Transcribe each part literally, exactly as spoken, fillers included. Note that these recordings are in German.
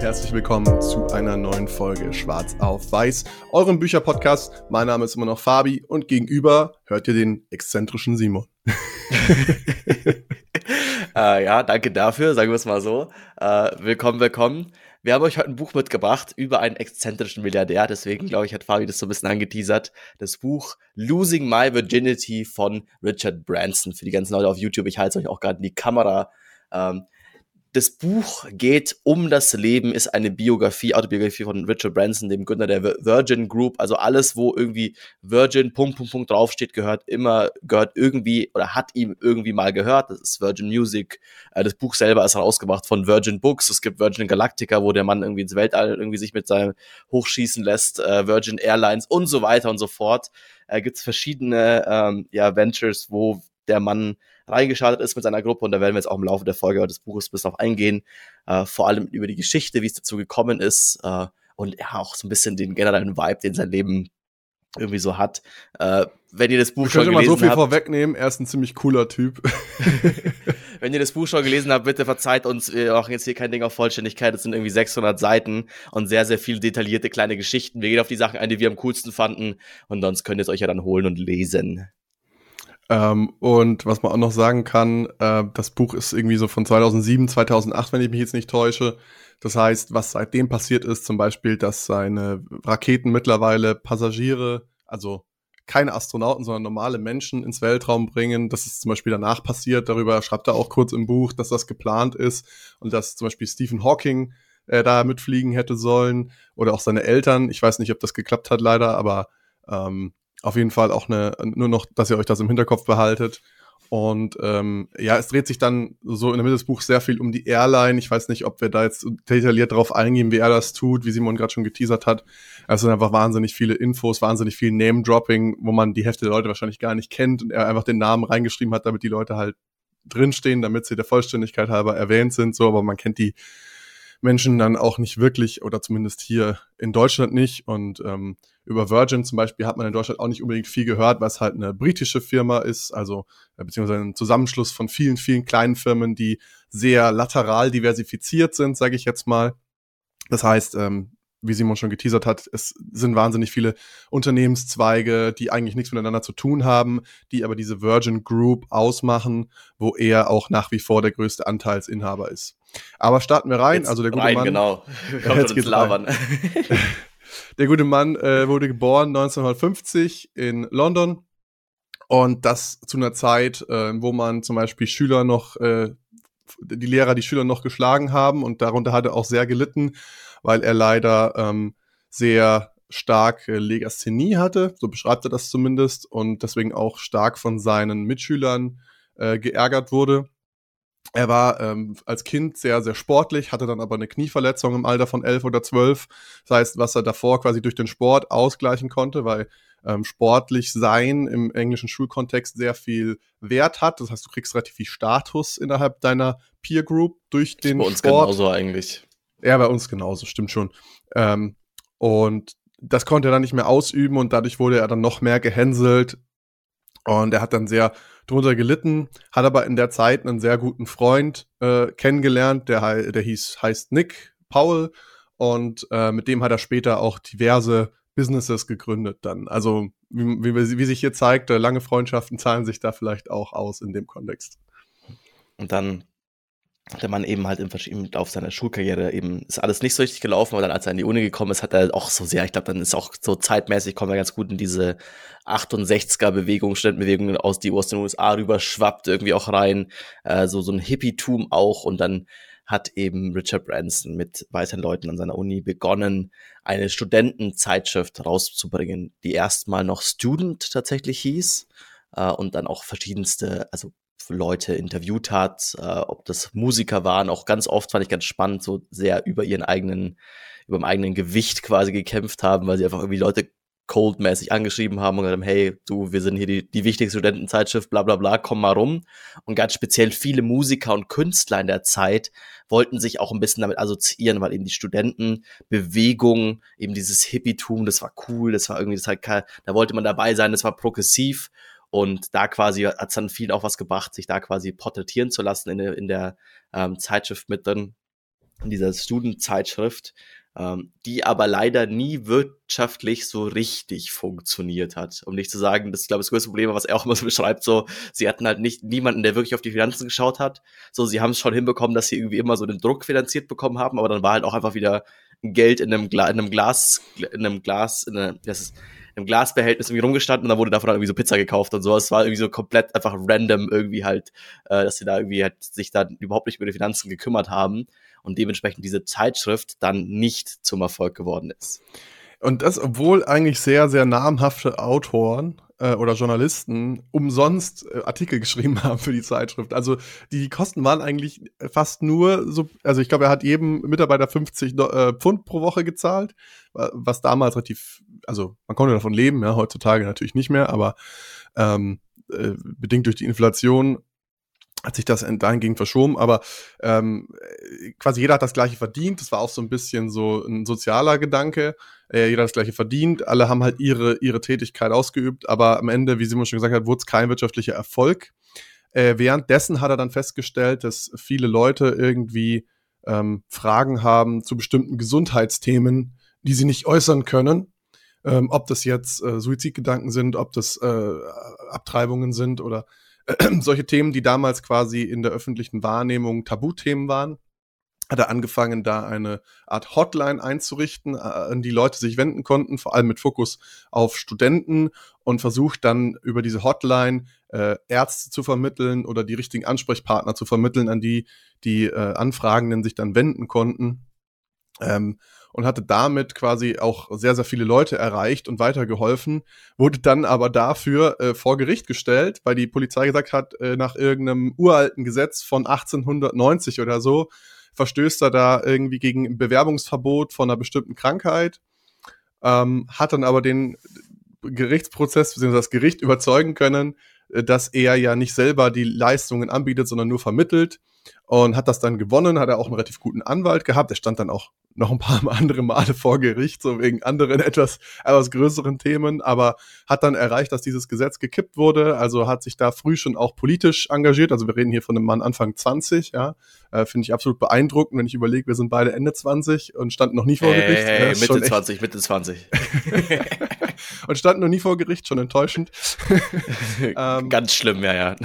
herzlich willkommen zu einer neuen Folge Schwarz auf Weiß, eurem Bücherpodcast. Mein Name ist immer noch Fabi und gegenüber hört ihr den exzentrischen Simon. äh, ja, danke dafür, sagen wir es mal so. Äh, willkommen, willkommen. Wir haben euch heute ein Buch mitgebracht über einen exzentrischen Milliardär, deswegen glaube ich, hat Fabi das so ein bisschen angeteasert. Das Buch Losing My Virginity von Richard Branson. Für die ganzen Leute auf YouTube, ich halte es euch auch gerade in die Kamera. Ähm, Das Buch geht um das Leben, ist eine Biografie, Autobiografie von Richard Branson, dem Gründer der Virgin Group. Also alles, wo irgendwie Virgin, Punkt, Punkt, Punkt draufsteht, gehört immer, gehört irgendwie oder hat ihm irgendwie mal gehört. Das ist Virgin Music. Das Buch selber ist herausgebracht von Virgin Books. Es gibt Virgin Galactica, wo der Mann irgendwie ins Weltall irgendwie sich mit seinem hochschießen lässt. Virgin Airlines und so weiter und so fort. Da gibt es verschiedene ähm, ja, Ventures, wo der Mann reingestartet ist mit seiner Gruppe, und da werden wir jetzt auch im Laufe der Folge des Buches ein bisschen drauf eingehen, äh, vor allem über die Geschichte, wie es dazu gekommen ist, äh, und ja, auch so ein bisschen den generellen Vibe, den sein Leben irgendwie so hat. Äh, wenn ihr das Buch schon gelesen habt... Ich könnte mal so viel habt, vorwegnehmen, er ist ein ziemlich cooler Typ. Wenn ihr das Buch schon gelesen habt, bitte verzeiht uns, wir machen jetzt hier kein Ding auf Vollständigkeit, das sind irgendwie sechshundert Seiten und sehr, sehr viele detaillierte kleine Geschichten. Wir gehen auf die Sachen ein, die wir am coolsten fanden, und sonst könnt ihr es euch ja dann holen und lesen. Ähm, und was man auch noch sagen kann, äh, das Buch ist irgendwie so von zweitausendsieben, zweitausendacht, wenn ich mich jetzt nicht täusche. Das heißt, was seitdem passiert ist, zum Beispiel, dass seine Raketen mittlerweile Passagiere, also keine Astronauten, sondern normale Menschen ins Weltraum bringen. Das ist zum Beispiel danach passiert. Darüber schreibt er auch kurz im Buch, dass das geplant ist und dass zum Beispiel Stephen Hawking äh, da mitfliegen hätte sollen oder auch seine Eltern. Ich weiß nicht, ob das geklappt hat leider, aber ähm, auf jeden Fall auch eine, nur noch, dass ihr euch das im Hinterkopf behaltet. Und ähm, ja, es dreht sich dann so in der Mitte des Buchs sehr viel um die Airline. Ich weiß nicht, ob wir da jetzt detailliert drauf eingehen, wie er das tut, wie Simon gerade schon geteasert hat. Es sind einfach wahnsinnig viele Infos, wahnsinnig viel Name-Dropping, wo man die Hälfte der Leute wahrscheinlich gar nicht kennt und er einfach den Namen reingeschrieben hat, damit die Leute halt drinstehen, damit sie der Vollständigkeit halber erwähnt sind. So, aber man kennt die Menschen dann auch nicht wirklich, oder zumindest hier in Deutschland nicht. Und ähm, über Virgin zum Beispiel hat man in Deutschland auch nicht unbedingt viel gehört, was halt eine britische Firma ist, also äh, beziehungsweise ein Zusammenschluss von vielen, vielen kleinen Firmen, die sehr lateral diversifiziert sind, sage ich jetzt mal. Das heißt, ähm, wie Simon schon geteasert hat, es sind wahnsinnig viele Unternehmenszweige, die eigentlich nichts miteinander zu tun haben, die aber diese Virgin Group ausmachen, wo er auch nach wie vor der größte Anteilsinhaber ist. Aber starten wir rein. Jetzt also der gute rein, Mann. Genau. Ja, jetzt geht's labern. Der gute Mann äh, wurde geboren neunzehnhundertfünfzig in London, und das zu einer Zeit, äh, wo man zum Beispiel Schüler noch, äh, die Lehrer die Schüler noch geschlagen haben, und darunter hat er auch sehr gelitten, weil er leider ähm, sehr stark äh, Legasthenie hatte, so beschreibt er das zumindest, und deswegen auch stark von seinen Mitschülern äh, geärgert wurde. Er war ähm, als Kind sehr, sehr sportlich, hatte dann aber eine Knieverletzung im Alter von elf oder zwölf. Das heißt, was er davor quasi durch den Sport ausgleichen konnte, weil ähm, sportlich sein im englischen Schulkontext sehr viel Wert hat. Das heißt, du kriegst relativ viel Status innerhalb deiner Peer Group durch den Sport. Bei uns genauso eigentlich. Ja, bei uns genauso, stimmt schon. Ähm, und das konnte er dann nicht mehr ausüben, und dadurch wurde er dann noch mehr gehänselt. Und er hat dann sehr drunter gelitten, hat aber in der Zeit einen sehr guten Freund äh, kennengelernt, der, der hieß, heißt Nick Powell, und äh, mit dem hat er später auch diverse Businesses gegründet dann. Also wie, wie, wie sich hier zeigt, äh, lange Freundschaften zahlen sich da vielleicht auch aus in dem Kontext. Und dann hat der Mann eben halt im verschiedenen Lauf seiner Schulkarriere eben, ist alles nicht so richtig gelaufen, aber dann, als er in die Uni gekommen ist, hat er auch so sehr, ich glaube, dann ist auch so zeitmäßig, kommt er ganz gut in diese achtundsechziger-Bewegung, Studentenbewegung aus, die aus den U S A rüber schwappt irgendwie auch rein, äh, so, so ein Hippie-Tum auch, und dann hat eben Richard Branson mit weiteren Leuten an seiner Uni begonnen, eine Studentenzeitschrift rauszubringen, die erstmal noch Student tatsächlich hieß, äh, und dann auch verschiedenste, also Leute interviewt hat, äh, ob das Musiker waren, auch ganz oft fand ich ganz spannend, so sehr über ihren eigenen, über dem eigenen Gewicht quasi gekämpft haben, weil sie einfach irgendwie Leute cold-mäßig angeschrieben haben und gesagt haben, hey, du, wir sind hier die, die wichtigste Studentenzeitschrift, bla bla bla, komm mal rum. Und ganz speziell viele Musiker und Künstler in der Zeit wollten sich auch ein bisschen damit assoziieren, weil eben die Studentenbewegung, eben dieses Hippietum, das war cool, das war irgendwie, das halt, da wollte man dabei sein, das war progressiv. Und da quasi hat es dann vielen auch was gebracht, sich da quasi porträtieren zu lassen in der, in der ähm, Zeitschrift mit drin. in dieser Studentenzeitschrift, ähm, die aber leider nie wirtschaftlich so richtig funktioniert hat. Um nicht zu sagen, das ist, glaube ich, das größte Problem, was er auch immer so beschreibt, so, sie hatten halt nicht niemanden, der wirklich auf die Finanzen geschaut hat. So, sie haben es schon hinbekommen, dass sie irgendwie immer so den Druck finanziert bekommen haben, aber dann war halt auch einfach wieder Geld in einem, Gla- in einem Glas, in einem Glas, in einem, das ist, im Glasbehältnis irgendwie rumgestanden und dann wurde davon halt irgendwie so Pizza gekauft und so. Es war irgendwie so komplett einfach random irgendwie halt, äh, dass sie da irgendwie halt sich da überhaupt nicht über die Finanzen gekümmert haben und dementsprechend diese Zeitschrift dann nicht zum Erfolg geworden ist. Und das, obwohl eigentlich sehr, sehr namhafte Autoren äh, oder Journalisten umsonst äh, Artikel geschrieben haben für die Zeitschrift. Also die Kosten waren eigentlich fast nur so, also ich glaube, er hat jedem Mitarbeiter fünfzig äh, Pfund pro Woche gezahlt, was damals relativ, also man konnte davon leben, ja, heutzutage natürlich nicht mehr, aber ähm, äh, bedingt durch die Inflation hat sich das dahingehend verschoben, aber ähm, quasi jeder hat das Gleiche verdient. Das war auch so ein bisschen so ein sozialer Gedanke. Äh, jeder hat das Gleiche verdient. Alle haben halt ihre, ihre Tätigkeit ausgeübt, aber am Ende, wie Simon schon gesagt hat, wurde es kein wirtschaftlicher Erfolg. Äh, währenddessen hat er dann festgestellt, dass viele Leute irgendwie ähm, Fragen haben zu bestimmten Gesundheitsthemen, die sie nicht äußern können. Ähm, ob das jetzt äh, Suizidgedanken sind, ob das äh, Abtreibungen sind oder solche Themen, die damals quasi in der öffentlichen Wahrnehmung Tabuthemen waren, hat er angefangen, da eine Art Hotline einzurichten, an die Leute sich wenden konnten, vor allem mit Fokus auf Studenten und versucht dann über diese Hotline äh, Ärzte zu vermitteln oder die richtigen Ansprechpartner zu vermitteln, an die die äh, Anfragenden sich dann wenden konnten. Ähm, und hatte damit quasi auch sehr, sehr viele Leute erreicht und weitergeholfen, wurde dann aber dafür äh, vor Gericht gestellt, weil die Polizei gesagt hat, äh, nach irgendeinem uralten Gesetz von achtzehnhundertneunzig oder so, verstößt er da irgendwie gegen ein Bewerbungsverbot von einer bestimmten Krankheit, ähm, hat dann aber den Gerichtsprozess bzw. das Gericht überzeugen können, äh, dass er ja nicht selber die Leistungen anbietet, sondern nur vermittelt. Und hat das dann gewonnen, hat er auch einen relativ guten Anwalt gehabt. Der stand dann auch noch ein paar andere Male vor Gericht, so wegen anderen etwas, etwas größeren Themen, aber hat dann erreicht, dass dieses Gesetz gekippt wurde, also hat sich da früh schon auch politisch engagiert, also wir reden hier von einem Mann Anfang zwanzig, ja, äh, finde ich absolut beeindruckend, wenn ich überlege, wir sind beide Ende zwanzig und standen noch nie vor hey, Gericht. Hey, hey, äh, Mitte zwanzig, Mitte zwanzig. Und standen noch nie vor Gericht, schon enttäuschend. ähm, Ganz schlimm, ja, ja.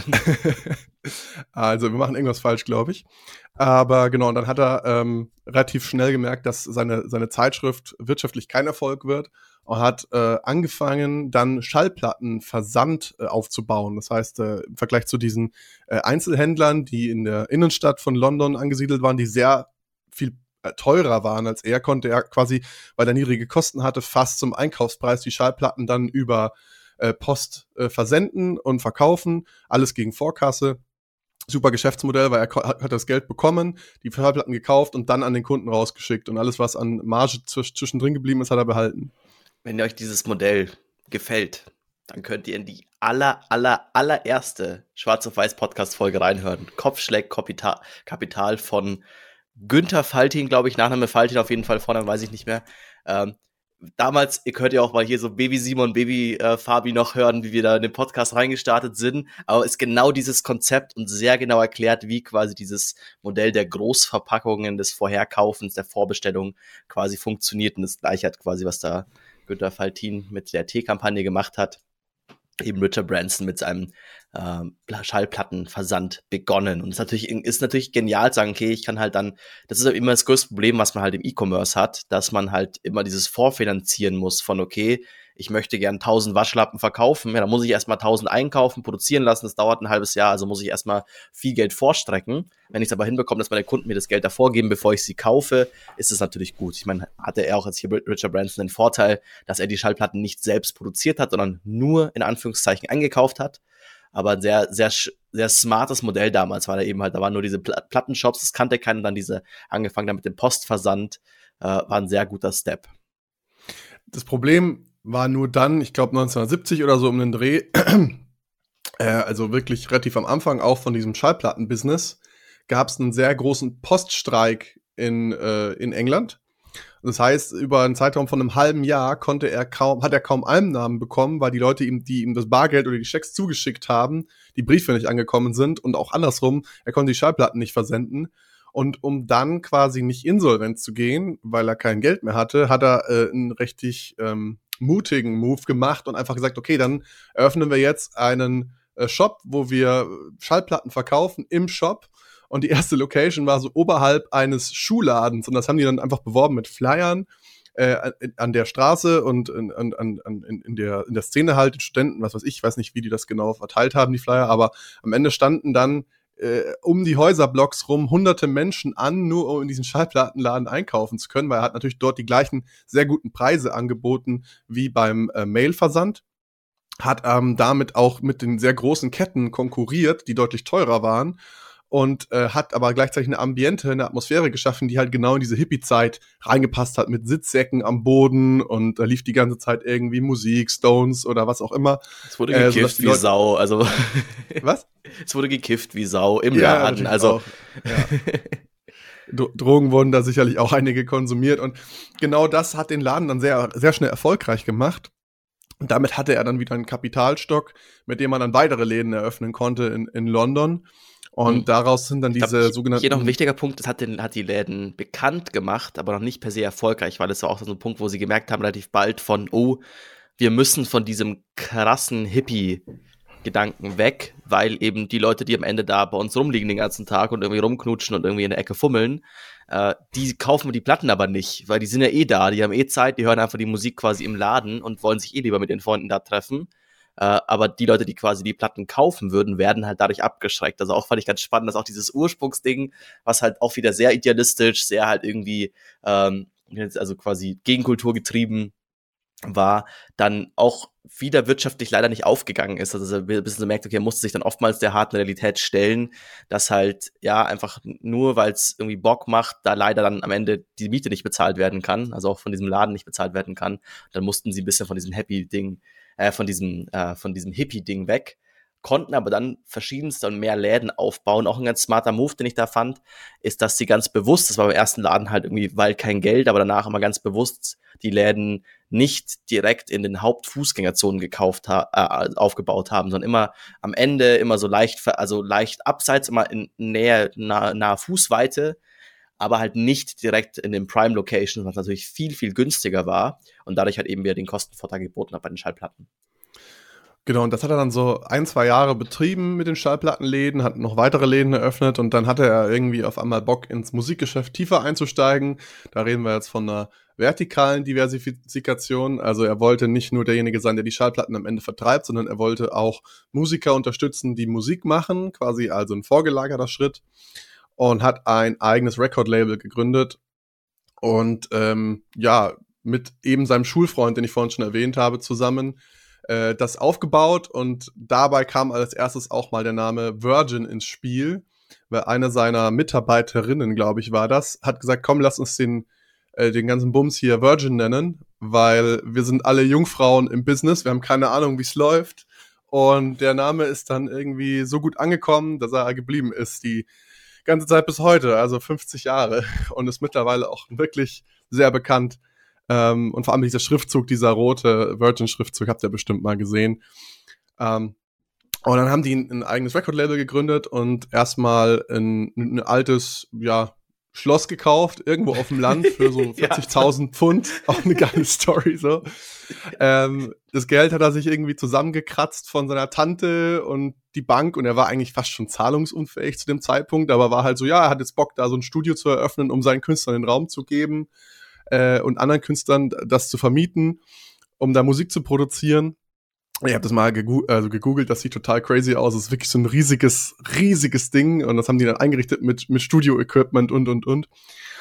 Also wir machen irgendwas falsch, glaube ich. Aber genau, und dann hat er ähm, relativ schnell gemerkt, dass seine, seine Zeitschrift wirtschaftlich kein Erfolg wird und hat äh, angefangen, dann Schallplattenversand äh, aufzubauen. Das heißt, äh, im Vergleich zu diesen äh, Einzelhändlern, die in der Innenstadt von London angesiedelt waren, die sehr viel äh, teurer waren als er, konnte er quasi, weil er niedrige Kosten hatte, fast zum Einkaufspreis die Schallplatten dann über äh, Post äh, versenden und verkaufen. Alles gegen Vorkasse. Super Geschäftsmodell, weil er hat das Geld bekommen, die Schallplatten gekauft und dann an den Kunden rausgeschickt. Und alles, was an Marge zwischendrin geblieben ist, hat er behalten. Wenn euch dieses Modell gefällt, dann könnt ihr in die aller, aller, allererste Schwarz auf Weiß Podcast-Folge reinhören. Kopfschläg Kapital, Kapital von Günther Faltin, glaube ich, Nachname Faltin auf jeden Fall, Vorname weiß ich nicht mehr. Ähm, Damals, ihr könnt ja auch mal hier so Baby Simon, Baby äh, Fabi noch hören, wie wir da in den Podcast reingestartet sind. Aber ist genau dieses Konzept und sehr genau erklärt, wie quasi dieses Modell der Großverpackungen, des Vorherkaufens, der Vorbestellung quasi funktioniert. Und das Gleiche hat quasi, was da Günther Faltin mit der Tee-Kampagne gemacht hat. Eben Richard Branson mit seinem ähm, Schallplattenversand begonnen. Und es ist natürlich, ist natürlich genial zu sagen, okay, ich kann halt dann, das ist immer das größte Problem, was man halt im E-Commerce hat, dass man halt immer dieses Vorfinanzieren muss von, okay, ich möchte gern tausend Waschlappen verkaufen, ja, dann muss ich erstmal tausend einkaufen, produzieren lassen, das dauert ein halbes Jahr, also muss ich erstmal viel Geld vorstrecken. Wenn ich es aber hinbekomme, dass meine Kunden mir das Geld davor geben, bevor ich sie kaufe, ist es natürlich gut. Ich meine, hatte er auch als hier Richard Branson den Vorteil, dass er die Schallplatten nicht selbst produziert hat, sondern nur in Anführungszeichen eingekauft hat. Aber ein sehr, sehr, sehr smartes Modell damals, weil er eben halt, da waren nur diese Plattenshops, das kannte keiner, dann diese, angefangen dann mit dem Postversand, äh, war ein sehr guter Step. Das Problem war nur dann, ich glaube neunzehnhundertsiebzig oder so um den Dreh, äh, also wirklich relativ am Anfang auch von diesem Schallplattenbusiness, gab es einen sehr großen Poststreik in, äh, in England. Das heißt, über einen Zeitraum von einem halben Jahr konnte er kaum, hat er kaum Einnahmen bekommen, weil die Leute ihm, die ihm das Bargeld oder die Schecks zugeschickt haben, die Briefe nicht angekommen sind und auch andersrum, er konnte die Schallplatten nicht versenden. Und um dann quasi nicht insolvent zu gehen, weil er kein Geld mehr hatte, hat er äh, einen richtig ähm, mutigen Move gemacht und einfach gesagt, okay, dann eröffnen wir jetzt einen äh, Shop, wo wir Schallplatten verkaufen im Shop. Und die erste Location war so oberhalb eines Schuhladens. Und das haben die dann einfach beworben mit Flyern äh, an der Straße und in, an, an, in, in, der, in der Szene halt, den Studenten, was weiß ich, ich weiß nicht, wie die das genau verteilt haben, die Flyer, aber am Ende standen dann äh, um die Häuserblocks rum hunderte Menschen an, nur um in diesen Schallplattenladen einkaufen zu können, weil er hat natürlich dort die gleichen sehr guten Preise angeboten wie beim äh, Mailversand. Hat ähm, damit auch mit den sehr großen Ketten konkurriert, die deutlich teurer waren. Und äh, hat aber gleichzeitig eine Ambiente, eine Atmosphäre geschaffen, die halt genau in diese Hippie-Zeit reingepasst hat, mit Sitzsäcken am Boden und da lief die ganze Zeit irgendwie Musik, Stones oder was auch immer. Es wurde gekifft äh, wie Leute Sau, also was? Es wurde gekifft wie Sau im ja, Laden, also ja. Drogen wurden da sicherlich auch einige konsumiert und genau das hat den Laden dann sehr, sehr schnell erfolgreich gemacht. Und damit hatte er dann wieder einen Kapitalstock, mit dem man dann weitere Läden eröffnen konnte in, in London. Und hm. daraus sind dann ich diese glaub, sogenannten... Hier noch ein wichtiger Punkt, das hat, den, hat die Läden bekannt gemacht, aber noch nicht per se erfolgreich, weil es war auch so ein Punkt, wo sie gemerkt haben, relativ bald von, oh, wir müssen von diesem krassen Hippie-Gedanken weg, weil eben die Leute, die am Ende da bei uns rumliegen den ganzen Tag und irgendwie rumknutschen und irgendwie in der Ecke fummeln, äh, die kaufen die Platten aber nicht, weil die sind ja eh da, die haben eh Zeit, die hören einfach die Musik quasi im Laden und wollen sich eh lieber mit den Freunden da treffen. Uh, aber die Leute, die quasi die Platten kaufen würden, werden halt dadurch abgeschreckt. Also auch fand ich ganz spannend, dass auch dieses Ursprungsding, was halt auch wieder sehr idealistisch, sehr halt irgendwie, ähm, also quasi Gegenkultur getrieben war, dann auch wieder wirtschaftlich leider nicht aufgegangen ist. Also ein bisschen so merkt, okay, er musste sich dann oftmals der harten Realität stellen, dass halt, ja, einfach nur, weil es irgendwie Bock macht, da leider dann am Ende die Miete nicht bezahlt werden kann, also auch von diesem Laden nicht bezahlt werden kann. Dann mussten sie ein bisschen von diesem Happy-Ding Äh, von diesem, äh, von diesem Hippie-Ding weg, konnten aber dann verschiedenste und mehr Läden aufbauen. Auch ein ganz smarter Move, den ich da fand, ist, dass sie ganz bewusst, das war beim ersten Laden halt irgendwie, weil kein Geld, aber danach immer ganz bewusst die Läden nicht direkt in den Hauptfußgängerzonen gekauft ha- äh, aufgebaut haben, sondern immer am Ende, immer so leicht, also leicht abseits, immer in näher, nahe, nahe Fußweite, aber halt nicht direkt in den Prime-Locations, was natürlich viel, viel günstiger war und dadurch halt eben wieder den Kostenvorteil geboten hat bei den Schallplatten. Genau, und das hat er dann so ein, zwei Jahre betrieben mit den Schallplattenläden, hat noch weitere Läden eröffnet und dann hatte er irgendwie auf einmal Bock, ins Musikgeschäft tiefer einzusteigen. Da reden wir jetzt von einer vertikalen Diversifikation. Also er wollte nicht nur derjenige sein, der die Schallplatten am Ende vertreibt, sondern er wollte auch Musiker unterstützen, die Musik machen, quasi also ein vorgelagerter Schritt. Und hat ein eigenes Record-Label gegründet und ähm, ja, mit eben seinem Schulfreund, den ich vorhin schon erwähnt habe, zusammen äh, das aufgebaut und dabei kam als erstes auch mal der Name Virgin ins Spiel, weil eine seiner Mitarbeiterinnen, glaube ich, war das, hat gesagt, komm, lass uns den, äh, den ganzen Bums hier Virgin nennen, weil wir sind alle Jungfrauen im Business, wir haben keine Ahnung, wie es läuft und der Name ist dann irgendwie so gut angekommen, dass er geblieben ist, die ganze Zeit bis heute, also fünfzig Jahre und ist mittlerweile auch wirklich sehr bekannt. Ähm, und vor allem dieser Schriftzug, dieser rote Virgin-Schriftzug, habt ihr bestimmt mal gesehen. Ähm, und dann haben die ein, ein eigenes Record-Label gegründet und erstmal ein, ein altes, ja, Schloss gekauft, irgendwo auf dem Land für so vierzigtausend ja. Pfund. Auch eine geile Story, so. Ähm, das Geld hat er sich irgendwie zusammengekratzt von seiner Tante und die Bank und er war eigentlich fast schon zahlungsunfähig zu dem Zeitpunkt, aber war halt so, ja, er hat jetzt Bock, da so ein Studio zu eröffnen, um seinen Künstlern den Raum zu geben äh, und anderen Künstlern das zu vermieten, um da Musik zu produzieren. Ich habe das mal gegu- also gegoogelt, das sieht total crazy aus. Es ist wirklich so ein riesiges, riesiges Ding. Und das haben die dann eingerichtet mit, mit Studio-Equipment und, und, und.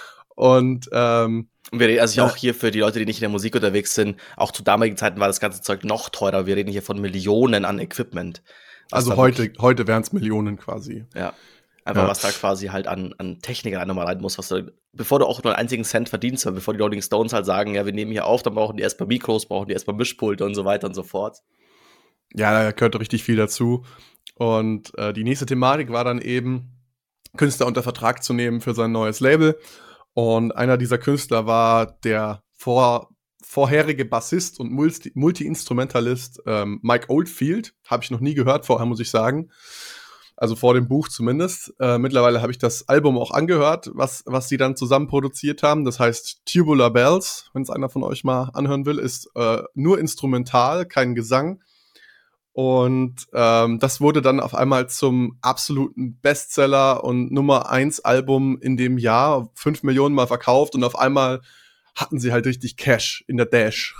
Und, ähm, und wir reden also ja. auch hier für die Leute, die nicht in der Musik unterwegs sind, auch zu damaligen Zeiten war das ganze Zeug noch teurer. Wir reden hier von Millionen an Equipment. Also heute, heute wären es Millionen quasi. Ja. Einfach, ja. was da quasi halt an, an Technik nochmal rein muss, was du, bevor du auch nur einen einzigen Cent verdienst, bevor die Rolling Stones halt sagen, ja, wir nehmen hier auf, dann brauchen die erstmal Mikros, brauchen die erstmal Mischpulte und so weiter und so fort. Ja, da gehört richtig viel dazu. Und äh, die nächste Thematik war dann eben, Künstler unter Vertrag zu nehmen für sein neues Label. Und einer dieser Künstler war der vor, vorherige Bassist und Multi- Multi-Instrumentalist ähm, Mike Oldfield. Habe ich noch nie gehört vorher, muss ich sagen. Also vor dem Buch zumindest. Äh, mittlerweile habe ich das Album auch angehört, was, was die dann zusammen produziert haben. Das heißt Tubular Bells, wenn es einer von euch mal anhören will, ist äh, nur instrumental, kein Gesang. Und ähm, das wurde dann auf einmal zum absoluten Bestseller und Nummer eins Album in dem Jahr, fünf Millionen Mal verkauft und auf einmal hatten sie halt richtig Cash in der Dash.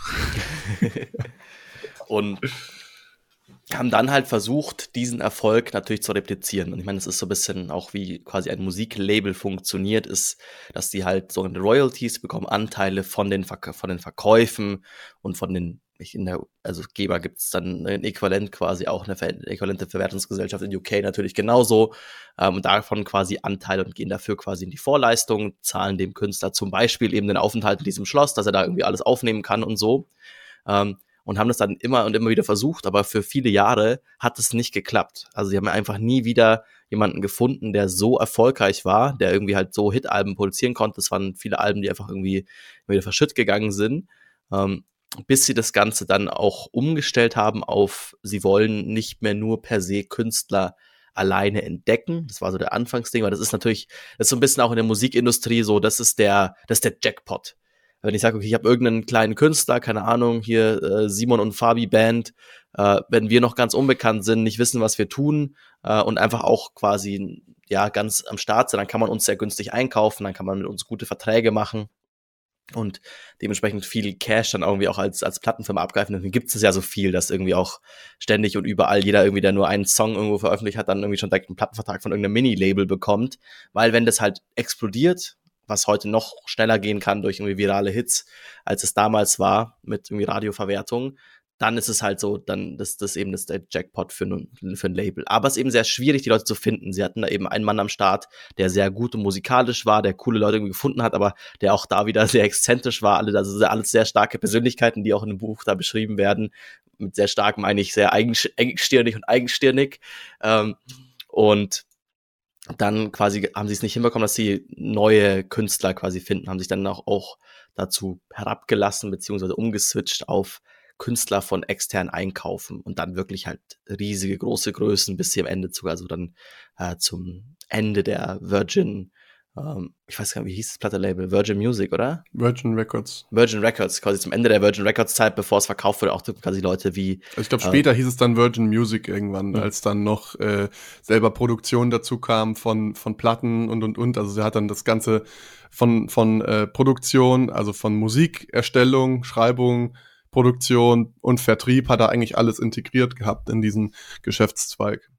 Und haben dann halt versucht, diesen Erfolg natürlich zu replizieren. Und ich meine, das ist so ein bisschen auch wie quasi ein Musiklabel funktioniert, ist, dass die halt so Royalties bekommen, Anteile von den, Verk- von den Verkäufen und von den, in der, also Geber gibt es dann ein Äquivalent quasi, auch eine ver- äquivalente Verwertungsgesellschaft in U K natürlich genauso, ähm, und davon quasi Anteile und gehen dafür quasi in die Vorleistung, zahlen dem Künstler zum Beispiel eben den Aufenthalt in diesem Schloss, dass er da irgendwie alles aufnehmen kann und so. Ähm, und haben das dann immer und immer wieder versucht, aber für viele Jahre hat es nicht geklappt. Also sie haben einfach nie wieder jemanden gefunden, der so erfolgreich war, der irgendwie halt so Hit-Alben produzieren konnte. Es waren viele Alben, die einfach irgendwie wieder verschütt gegangen sind, ähm, bis sie das Ganze dann auch umgestellt haben auf, sie wollen nicht mehr nur per se Künstler alleine entdecken. Das war so der Anfangsding, weil das ist natürlich, das ist so ein bisschen auch in der Musikindustrie so, das ist der, das ist der Jackpot. Wenn ich sage, okay, ich habe irgendeinen kleinen Künstler, keine Ahnung, hier äh, Simon und Fabi Band, äh, wenn wir noch ganz unbekannt sind, nicht wissen, was wir tun äh, und einfach auch quasi ja ganz am Start sind, dann kann man uns sehr günstig einkaufen, dann kann man mit uns gute Verträge machen und dementsprechend viel Cash dann irgendwie auch als als Plattenfirma abgreifen. Deswegen gibt es ja so viel, dass irgendwie auch ständig und überall jeder irgendwie, der nur einen Song irgendwo veröffentlicht hat, dann irgendwie schon direkt einen Plattenvertrag von irgendeinem Mini-Label bekommt, weil wenn das halt explodiert, was heute noch schneller gehen kann durch irgendwie virale Hits, als es damals war mit irgendwie Radioverwertung, dann ist es halt so, dann ist das eben das der Jackpot für ein, für ein Label. Aber es ist eben sehr schwierig, die Leute zu finden. Sie hatten da eben einen Mann am Start, der sehr gut und musikalisch war, der coole Leute irgendwie gefunden hat, aber der auch da wieder sehr exzentrisch war. Alle, also alles sehr starke Persönlichkeiten, die auch in dem Buch da beschrieben werden. Mit sehr stark meine ich sehr engstirnig und eigenstirnig. Ähm, und dann quasi haben sie es nicht hinbekommen, dass sie neue Künstler quasi finden, haben sich dann auch, auch dazu herabgelassen, beziehungsweise umgeswitcht auf Künstler von extern einkaufen und dann wirklich halt riesige, große Größen, bis sie am Ende sogar so dann äh, zum Ende der Virgin, ähm, ich weiß gar nicht, wie hieß das Plattenlabel? Virgin Music, oder? Virgin Records. Virgin Records, quasi zum Ende der Virgin Records Zeit, bevor es verkauft wurde, auch quasi Leute wie... Also ich glaube, später äh, hieß es dann Virgin Music irgendwann, Mhm. als dann noch äh, selber Produktion dazu kam von, von Platten und, und, und. Also sie hat dann das Ganze von, von äh, Produktion, also von Musikerstellung, Schreibung, Produktion und Vertrieb hat er eigentlich alles integriert gehabt in diesen Geschäftszweig.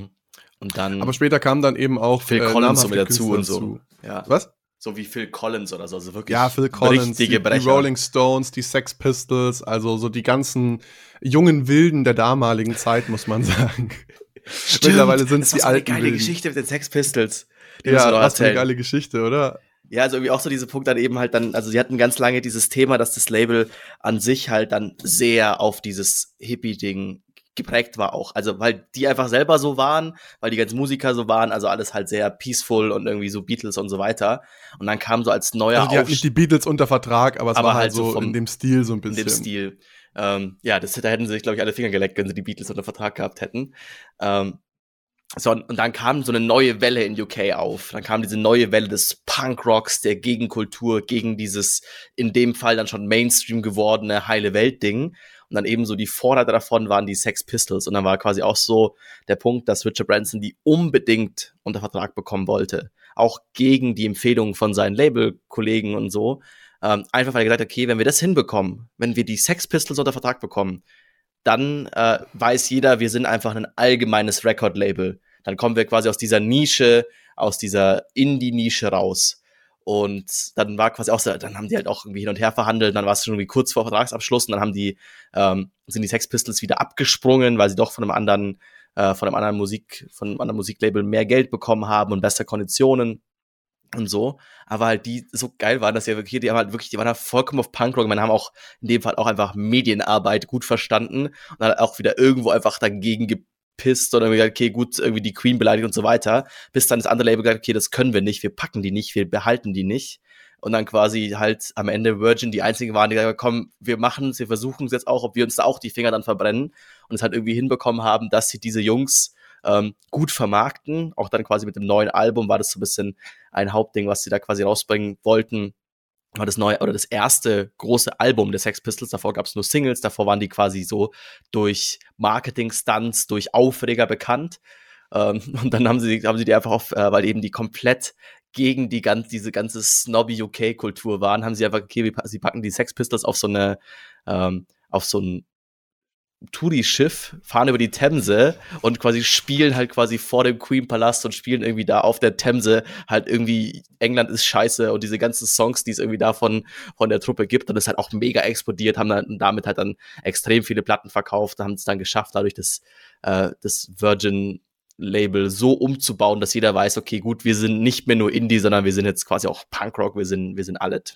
Und dann Aber später kam dann eben auch Phil äh, Collins so namhafte mit dazu Künstler und so. dazu. Ja. Was? So wie Phil Collins oder so, also wirklich Ja, Phil Collins, die, richtige die Brecher. Rolling Stones, die Sex Pistols, also so die ganzen jungen Wilden der damaligen Zeit, muss man sagen. Stimmt, Mittlerweile sind es das war die so eine alten geile Wilden. Geschichte mit den Sex Pistols. Die müssen wir Ja, noch was für eine erzählen. geile Geschichte, oder? Ja, also irgendwie auch so diese Punkt dann eben halt dann, also sie hatten ganz lange dieses Thema, dass das Label an sich halt dann sehr auf dieses Hippie-Ding geprägt war auch. Also weil die einfach selber so waren, weil die ganzen Musiker so waren, also alles halt sehr peaceful und irgendwie so Beatles und so weiter. Und dann kam so als neuer Also die hatten nicht die Beatles unter Vertrag, aber es Aber war halt halt so so vom- in dem Stil so ein in bisschen. dem Stil. Ähm, ja, das, da hätten sie sich, glaube ich, alle Finger geleckt, wenn sie die Beatles unter Vertrag gehabt hätten. Ähm, so, und dann kam so eine neue Welle in U K auf. Dann kam diese neue Welle des Punkrocks, der Gegenkultur, gegen dieses, in dem Fall dann schon Mainstream gewordene heile Welt-Ding. Und dann eben so die Vorreiter davon waren die Sex Pistols. Und dann war quasi auch so der Punkt, dass Richard Branson die unbedingt unter Vertrag bekommen wollte. Auch gegen die Empfehlungen von seinen Labelkollegen und so. Ähm, einfach weil er gesagt hat, okay, wenn wir das hinbekommen, wenn wir die Sex Pistols unter Vertrag bekommen, dann äh, weiß jeder, wir sind einfach ein allgemeines Record-Label. Dann kommen wir quasi aus dieser Nische, aus dieser Indie-Nische raus. Und dann war quasi auch so, dann haben die halt auch irgendwie hin und her verhandelt, dann war es schon irgendwie kurz vor Vertragsabschluss und dann haben die, ähm, sind die Sex Pistols wieder abgesprungen, weil sie doch von einem anderen, äh, von einem anderen Musik, von einem anderen Musiklabel mehr Geld bekommen haben und bessere Konditionen und so, aber halt die so geil waren, dass ja wirklich, die haben halt wirklich, die waren da vollkommen auf Punkrock, man haben auch in dem Fall auch einfach Medienarbeit gut verstanden und dann auch wieder irgendwo einfach dagegen gepisst oder gesagt, okay, gut, irgendwie die Queen beleidigt und so weiter, bis dann das andere Label gesagt, okay, das können wir nicht, wir packen die nicht, wir behalten die nicht und dann quasi halt am Ende Virgin die einzigen waren, die gesagt haben, komm, wir machen es, wir versuchen es jetzt auch, ob wir uns da auch die Finger dann verbrennen und es halt irgendwie hinbekommen haben, dass sie diese Jungs ähm, gut vermarkten. Auch dann quasi mit dem neuen Album war das so ein bisschen ein Hauptding, was sie da quasi rausbringen wollten. War das neue oder das erste große Album der Sex Pistols. Davor gab es nur Singles, davor waren die quasi so durch Marketing-Stunts, durch Aufreger bekannt. Ähm, und dann haben sie, haben sie die einfach auf, äh, weil eben die komplett gegen die ganz, diese ganze snobby U K-Kultur waren, haben sie einfach, okay, wir, sie packen die Sex Pistols auf so eine, ähm, auf so ein Touri-Schiff, fahren über die Themse und quasi spielen halt quasi vor dem Queen-Palast und spielen irgendwie da auf der Themse halt irgendwie England ist scheiße und diese ganzen Songs, die es irgendwie da von, von der Truppe gibt, und das halt auch mega explodiert, haben dann damit halt dann extrem viele Platten verkauft, haben es dann geschafft, dadurch das, äh, das Virgin-Label so umzubauen, dass jeder weiß, okay, gut, wir sind nicht mehr nur Indie, sondern wir sind jetzt quasi auch Punkrock, wir sind, wir sind alles.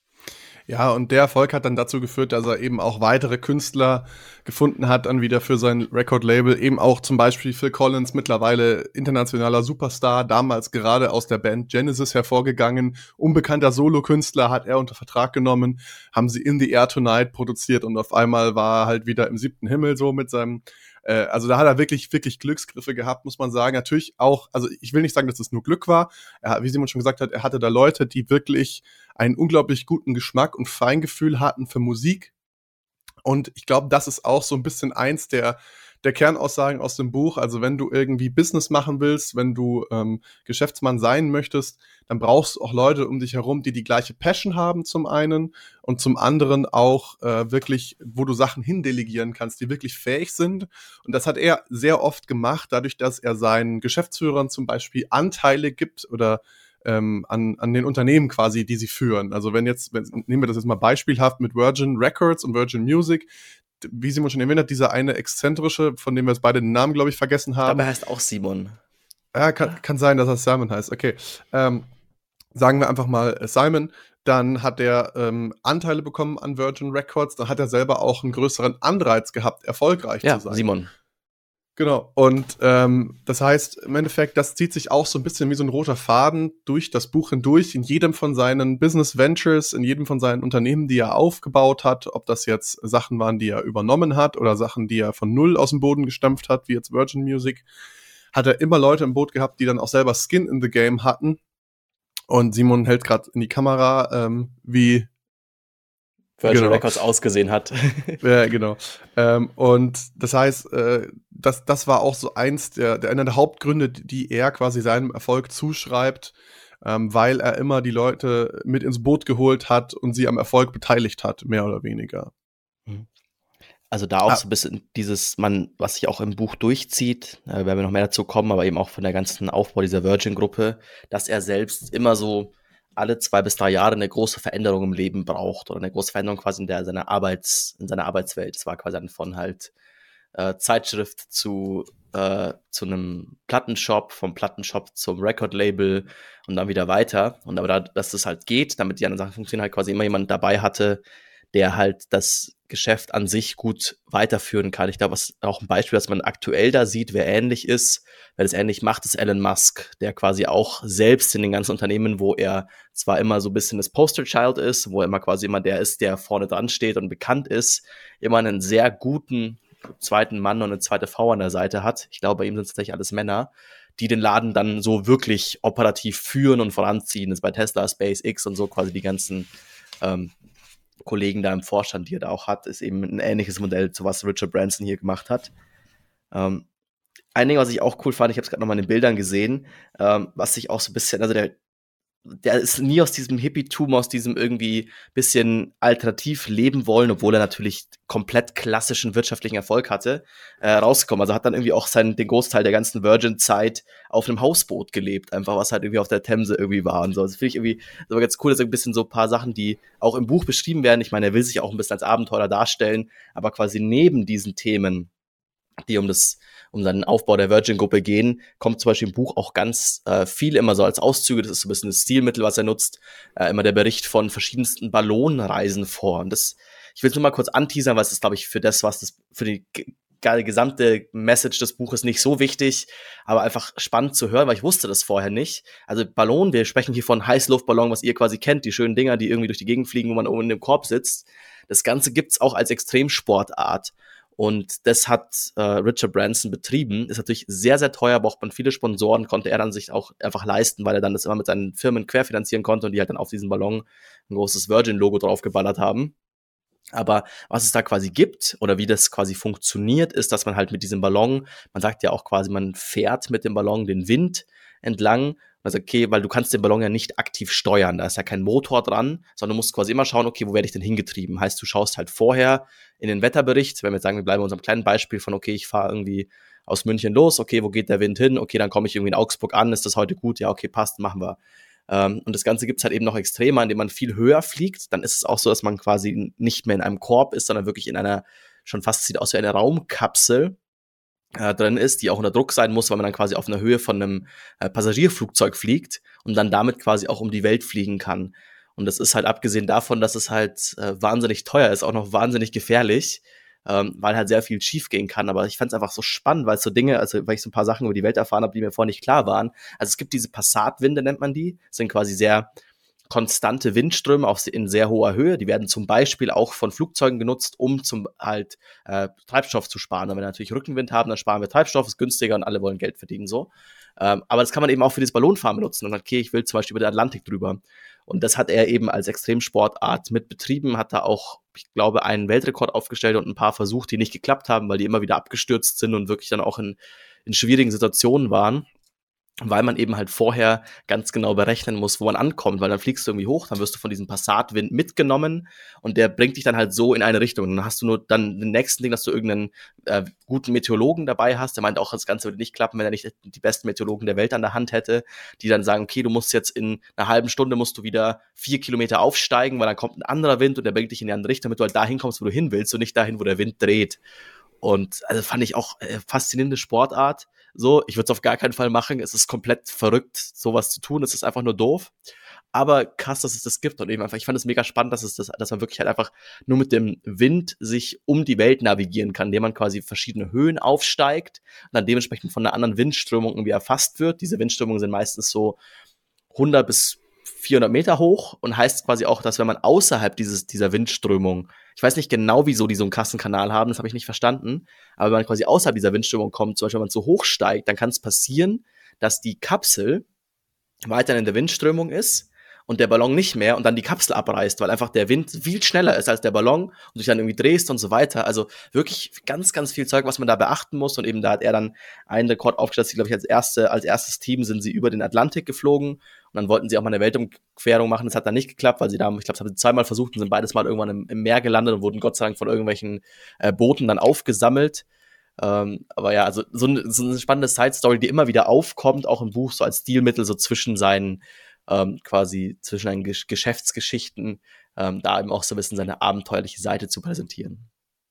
Ja, und der Erfolg hat dann dazu geführt, dass er eben auch weitere Künstler gefunden hat, dann wieder für sein Record-Label. Eben auch zum Beispiel Phil Collins, mittlerweile internationaler Superstar, damals gerade aus der Band Genesis hervorgegangen. Unbekannter Solokünstler hat er unter Vertrag genommen, haben sie In the Air Tonight produziert und auf einmal war er halt wieder im siebten Himmel so mit seinem äh, also da hat er wirklich, wirklich Glücksgriffe gehabt, muss man sagen. Natürlich auch, also ich will nicht sagen, dass es nur Glück war. Er, wie Simon schon gesagt hat, er hatte da Leute, die wirklich einen unglaublich guten Geschmack und Feingefühl hatten für Musik. Und ich glaube, das ist auch so ein bisschen eins der, der Kernaussagen aus dem Buch. Also wenn du irgendwie Business machen willst, wenn du ähm, Geschäftsmann sein möchtest, dann brauchst du auch Leute um dich herum, die die gleiche Passion haben zum einen und zum anderen auch äh, wirklich, wo du Sachen hindelegieren kannst, die wirklich fähig sind. Und das hat er sehr oft gemacht, dadurch, dass er seinen Geschäftsführern zum Beispiel Anteile gibt oder Ähm, an, an den Unternehmen quasi, die sie führen. Also wenn jetzt, wenn, nehmen wir das jetzt mal beispielhaft mit Virgin Records und Virgin Music, wie Simon schon erwähnt hat, dieser eine exzentrische, von dem wir jetzt beide den Namen, glaube ich, vergessen haben. Ich glaube, er heißt auch Simon. Ja, kann, kann sein, dass er Simon heißt. Okay. Ähm, sagen wir einfach mal Simon. Dann hat er ähm, Anteile bekommen an Virgin Records. Dann hat er selber auch einen größeren Anreiz gehabt, erfolgreich ja, zu sein. Simon. Genau, und ähm, das heißt, im Endeffekt, das zieht sich auch so ein bisschen wie so ein roter Faden durch das Buch hindurch, in jedem von seinen Business Ventures, in jedem von seinen Unternehmen, die er aufgebaut hat, ob das jetzt Sachen waren, die er übernommen hat oder Sachen, die er von null aus dem Boden gestampft hat, wie jetzt Virgin Music, hat er immer Leute im Boot gehabt, die dann auch selber Skin in the Game hatten. Und Simon hält gerade in die Kamera, ähm, wie Virgin genau. Records ausgesehen hat. Ja, genau. Ähm, und das heißt, äh, das, das war auch so eins der, der, einer der Hauptgründe, die er quasi seinem Erfolg zuschreibt, ähm, weil er immer die Leute mit ins Boot geholt hat und sie am Erfolg beteiligt hat, mehr oder weniger. Also da auch Ah. so ein bisschen dieses, man, was sich auch im Buch durchzieht, äh, werden wir noch mehr dazu kommen, aber eben auch von der ganzen Aufbau dieser Virgin-Gruppe, dass er selbst immer so alle zwei bis drei Jahre eine große Veränderung im Leben braucht oder eine große Veränderung quasi in der seiner Arbeits, in seiner Arbeitswelt. Es war quasi dann von halt äh, Zeitschrift zu äh, zu einem Plattenshop, vom Plattenshop zum Record-Label und dann wieder weiter. Und aber da, dass das halt geht, damit die anderen Sachen funktionieren, halt quasi immer jemand dabei hatte, der halt das Geschäft an sich gut weiterführen kann. Ich glaube, was auch ein Beispiel, das man aktuell da sieht, wer ähnlich ist, wer das ähnlich macht, ist Elon Musk, der quasi auch selbst in den ganzen Unternehmen, wo er zwar immer so ein bisschen das Posterchild ist, wo er immer quasi immer der ist, der vorne dran steht und bekannt ist, immer einen sehr guten zweiten Mann und eine zweite Frau an der Seite hat. Ich glaube, bei ihm sind es tatsächlich alles Männer, die den Laden dann so wirklich operativ führen und voranziehen. Das ist bei Tesla, SpaceX und so quasi die ganzen ähm, Kollegen da im Vorstand, die er da auch hat, ist eben ein ähnliches Modell zu was Richard Branson hier gemacht hat. Ähm, ein Ding, was ich auch cool fand, ich habe es gerade nochmal in den Bildern gesehen, ähm, was sich auch so ein bisschen, also der, der ist nie aus diesem Hippie-Tum, aus diesem irgendwie bisschen alternativ leben wollen, obwohl er natürlich komplett klassischen wirtschaftlichen Erfolg hatte, äh, rausgekommen. Also hat dann irgendwie auch seinen, den Großteil der ganzen Virgin-Zeit auf einem Hausboot gelebt, einfach was halt irgendwie auf der Themse irgendwie war und so. Das finde ich irgendwie das war ganz cool, dass er ein bisschen so ein paar Sachen, die auch im Buch beschrieben werden, ich meine, er will sich auch ein bisschen als Abenteurer darstellen, aber quasi neben diesen Themen, die um das um seinen Aufbau der Virgin-Gruppe gehen, kommt zum Beispiel im Buch auch ganz äh, viel immer so als Auszüge, das ist so ein bisschen das Stilmittel, was er nutzt, äh, immer der Bericht von verschiedensten Ballonreisen vor. Und das, ich will es nur mal kurz anteasern, weil es ist, glaube ich, für das, was das, für die g- gesamte Message des Buches nicht so wichtig, aber einfach spannend zu hören, weil ich wusste das vorher nicht. Also Ballon, wir sprechen hier von Heißluftballon, was ihr quasi kennt, die schönen Dinger, die irgendwie durch die Gegend fliegen, wo man oben in dem Korb sitzt. Das Ganze gibt's auch als Extremsportart. Und das hat äh, Richard Branson betrieben. Ist natürlich sehr, sehr teuer, braucht man viele Sponsoren, konnte er dann sich auch einfach leisten, weil er dann das immer mit seinen Firmen querfinanzieren konnte und die halt dann auf diesen Ballon ein großes Virgin-Logo draufgeballert haben. Aber was es da quasi gibt oder wie das quasi funktioniert, ist, dass man halt mit diesem Ballon, man sagt ja auch quasi, man fährt mit dem Ballon den Wind entlang. Also okay, weil du kannst den Ballon ja nicht aktiv steuern, da ist ja kein Motor dran, sondern du musst quasi immer schauen, okay, wo werde ich denn hingetrieben? Heißt, du schaust halt vorher in den Wetterbericht, wenn wir jetzt sagen, wir bleiben bei unserem kleinen Beispiel von, okay, ich fahre irgendwie aus München los, okay, wo geht der Wind hin? Okay, dann komme ich irgendwie in Augsburg an, ist das heute gut? Ja, okay, passt, machen wir. Um, und das Ganze gibt's halt eben noch extremer, indem man viel höher fliegt. Dann ist es auch so, dass man quasi nicht mehr in einem Korb ist, sondern wirklich in einer, schon fast sieht aus wie eine Raumkapsel äh, drin ist, die auch unter Druck sein muss, weil man dann quasi auf einer Höhe von einem äh, Passagierflugzeug fliegt und dann damit quasi auch um die Welt fliegen kann. Und das ist halt abgesehen davon, dass es halt äh, wahnsinnig teuer ist, auch noch wahnsinnig gefährlich, ähm, weil halt sehr viel schief gehen kann. Aber ich fand es einfach so spannend, weil es so Dinge, also weil ich so ein paar Sachen über die Welt erfahren habe, die mir vorher nicht klar waren. Also es gibt diese Passatwinde, nennt man die, das sind quasi sehr konstante Windströme auf, in sehr hoher Höhe. Die werden zum Beispiel auch von Flugzeugen genutzt, um zum halt äh, Treibstoff zu sparen. Wenn wir natürlich Rückenwind haben, dann sparen wir Treibstoff, ist günstiger und alle wollen Geld verdienen so. Ähm, aber das kann man eben auch für das Ballonfahren benutzen. Und okay, ich will zum Beispiel über den Atlantik drüber. Und das hat er eben als Extremsportart mit betrieben, hat da auch, ich glaube, einen Weltrekord aufgestellt und ein paar versucht, die nicht geklappt haben, weil die immer wieder abgestürzt sind und wirklich dann auch in, in schwierigen Situationen waren. Weil man eben halt vorher ganz genau berechnen muss, wo man ankommt, weil dann fliegst du irgendwie hoch, dann wirst du von diesem Passatwind mitgenommen und der bringt dich dann halt so in eine Richtung. Und dann hast du nur dann den nächsten Ding, dass du irgendeinen äh, guten Meteorologen dabei hast, der meint auch, das Ganze würde nicht klappen, wenn er nicht die besten Meteorologen der Welt an der Hand hätte, die dann sagen, okay, du musst jetzt in einer halben Stunde musst du wieder vier Kilometer aufsteigen, weil dann kommt ein anderer Wind und der bringt dich in die andere Richtung, damit du halt dahin kommst, wo du hin willst und nicht dahin, wo der Wind dreht. Und also fand ich auch äh, faszinierende Sportart. So, ich würde es auf gar keinen Fall machen. Es ist komplett verrückt, sowas zu tun. Es ist einfach nur doof. Aber krass, dass es das gibt. Und eben einfach, ich fand es mega spannend, dass es das, dass man wirklich halt einfach nur mit dem Wind sich um die Welt navigieren kann, indem man quasi verschiedene Höhen aufsteigt und dann dementsprechend von einer anderen Windströmung irgendwie erfasst wird. Diese Windströmungen sind meistens so hundert bis vierhundert Meter hoch und heißt quasi auch, dass wenn man außerhalb dieses, dieser Windströmung, ich weiß nicht genau, wieso die so einen Kassenkanal haben, das habe ich nicht verstanden, aber wenn man quasi außerhalb dieser Windströmung kommt, zum Beispiel wenn man so hoch steigt, dann kann es passieren, dass die Kapsel weiterhin in der Windströmung ist und der Ballon nicht mehr und dann die Kapsel abreißt, weil einfach der Wind viel schneller ist als der Ballon und sich dann irgendwie drehst und so weiter. Also wirklich ganz, ganz viel Zeug, was man da beachten muss. Und eben da hat er dann einen Rekord aufgestellt, dass sie, glaube ich, als, erste, als erstes Team sind sie über den Atlantik geflogen und dann wollten sie auch mal eine Weltumquerung machen. Das hat dann nicht geklappt, weil sie da, ich glaube, das haben sie zweimal versucht und sind beides Mal irgendwann im, im Meer gelandet und wurden Gott sei Dank von irgendwelchen äh, Booten dann aufgesammelt. Ähm, aber ja, also so, ein, so eine spannende Side-Story, die immer wieder aufkommt, auch im Buch, so als Stilmittel, so zwischen seinen Ähm, quasi zwischen den Gesch- Geschäftsgeschichten, ähm, da eben auch so ein bisschen seine abenteuerliche Seite zu präsentieren.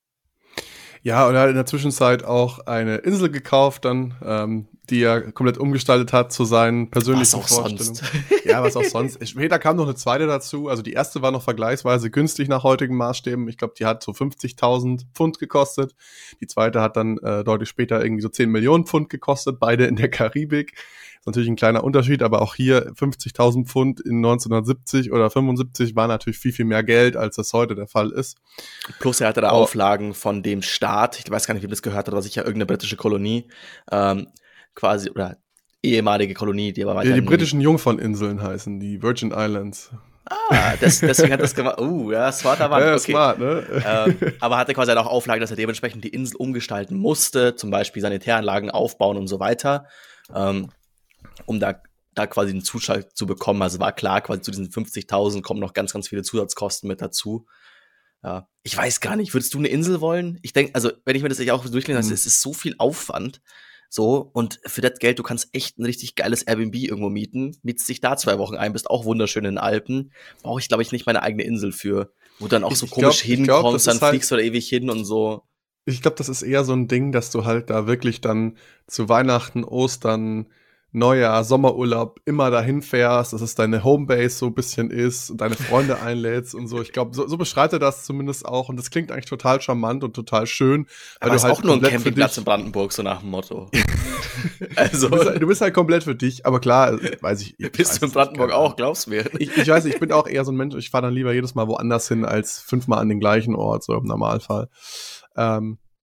Ja, und er hat in der Zwischenzeit auch eine Insel gekauft, dann, ähm, die er komplett umgestaltet hat zu seinen persönlichen was auch Vorstellungen. Sonst. Ja, was auch sonst. Später kam noch eine zweite dazu. Also die erste war noch vergleichsweise günstig nach heutigen Maßstäben. Ich glaube, die hat so fünfzigtausend Pfund gekostet. Die zweite hat dann äh, deutlich später irgendwie so zehn Millionen Pfund gekostet, beide in der Karibik. Ist natürlich ein kleiner Unterschied, aber auch hier fünfzigtausend Pfund in neunzehnhundertsiebzig oder fünfundsiebzig war natürlich viel, viel mehr Geld, als das heute der Fall ist. Plus er hatte da Oh. Auflagen von dem Staat, ich weiß gar nicht, wem das gehört hat, aber sicher irgendeine britische Kolonie, ähm, quasi, oder ehemalige Kolonie, die aber weiter. Ja, die britischen Jungferninseln heißen, die Virgin Islands. Ah, das, deswegen hat das gemacht. Uh, ja, smarter Mann. Ja, Okay. smart, ne? ähm, aber hatte quasi auch Auflagen, dass er dementsprechend die Insel umgestalten musste, zum Beispiel Sanitäranlagen aufbauen und so weiter, ähm, um da, da quasi einen Zuschlag zu bekommen. Also war klar, quasi zu diesen fünfzigtausend kommen noch ganz, ganz viele Zusatzkosten mit dazu. Ja. Ich weiß gar nicht, würdest du eine Insel wollen? Ich denke, also wenn ich mir das auch durchlese, mhm. es ist so viel Aufwand. So, und für das Geld, du kannst echt ein richtig geiles Airbnb irgendwo mieten, mietst dich da zwei Wochen ein, bist auch wunderschön in den Alpen. Brauche ich, glaube ich, nicht meine eigene Insel für. Wo du dann auch so ich komisch glaub, hinkommst, glaub, dann fliegst halt, du da ewig hin und so. Ich glaube, das ist eher so ein Ding, dass du halt da wirklich dann zu Weihnachten, Ostern, Neujahr, Sommerurlaub immer dahin fährst, dass es deine Homebase so ein bisschen ist und deine Freunde einlädst und so. Ich glaube, so, so beschreibt er das zumindest auch und das klingt eigentlich total charmant und total schön. Aber es ist halt auch nur ein Campingplatz in Brandenburg, so nach dem Motto. Also. Du bist, halt, du bist halt komplett für dich, aber klar, weiß ich. ich bist weiß du in Brandenburg auch, glaubst du mir? Ich, ich weiß, ich bin auch eher so ein Mensch, ich fahre dann lieber jedes Mal woanders hin, als fünfmal an den gleichen Ort, so im Normalfall. Ähm,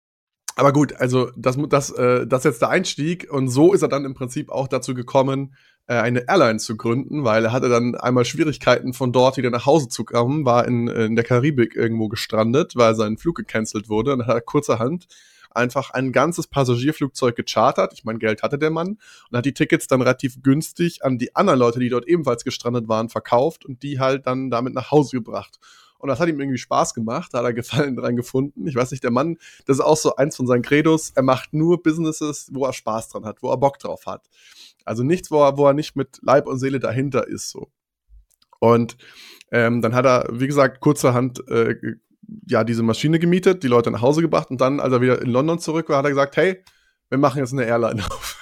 Aber gut, also das, das, äh, das ist jetzt der Einstieg und so ist er dann im Prinzip auch dazu gekommen, äh, eine Airline zu gründen, weil er hatte dann einmal Schwierigkeiten von dort wieder nach Hause zu kommen, war in, in der Karibik irgendwo gestrandet, weil sein Flug gecancelt wurde und dann hat er kurzerhand einfach ein ganzes Passagierflugzeug gechartert. Ich meine, Geld hatte der Mann und hat die Tickets dann relativ günstig an die anderen Leute, die dort ebenfalls gestrandet waren, verkauft und die halt dann damit nach Hause gebracht. Und das hat ihm irgendwie Spaß gemacht, da hat er Gefallen dran gefunden. Ich weiß nicht, der Mann, das ist auch so eins von seinen Credos, er macht nur Businesses, wo er Spaß dran hat, wo er Bock drauf hat. Also nichts, wo er, wo er nicht mit Leib und Seele dahinter ist, so. Und ähm, dann hat er, wie gesagt, kurzerhand äh, ja, diese Maschine gemietet, die Leute nach Hause gebracht und dann, als er wieder in London zurück war, hat er gesagt, hey, wir machen jetzt eine Airline auf.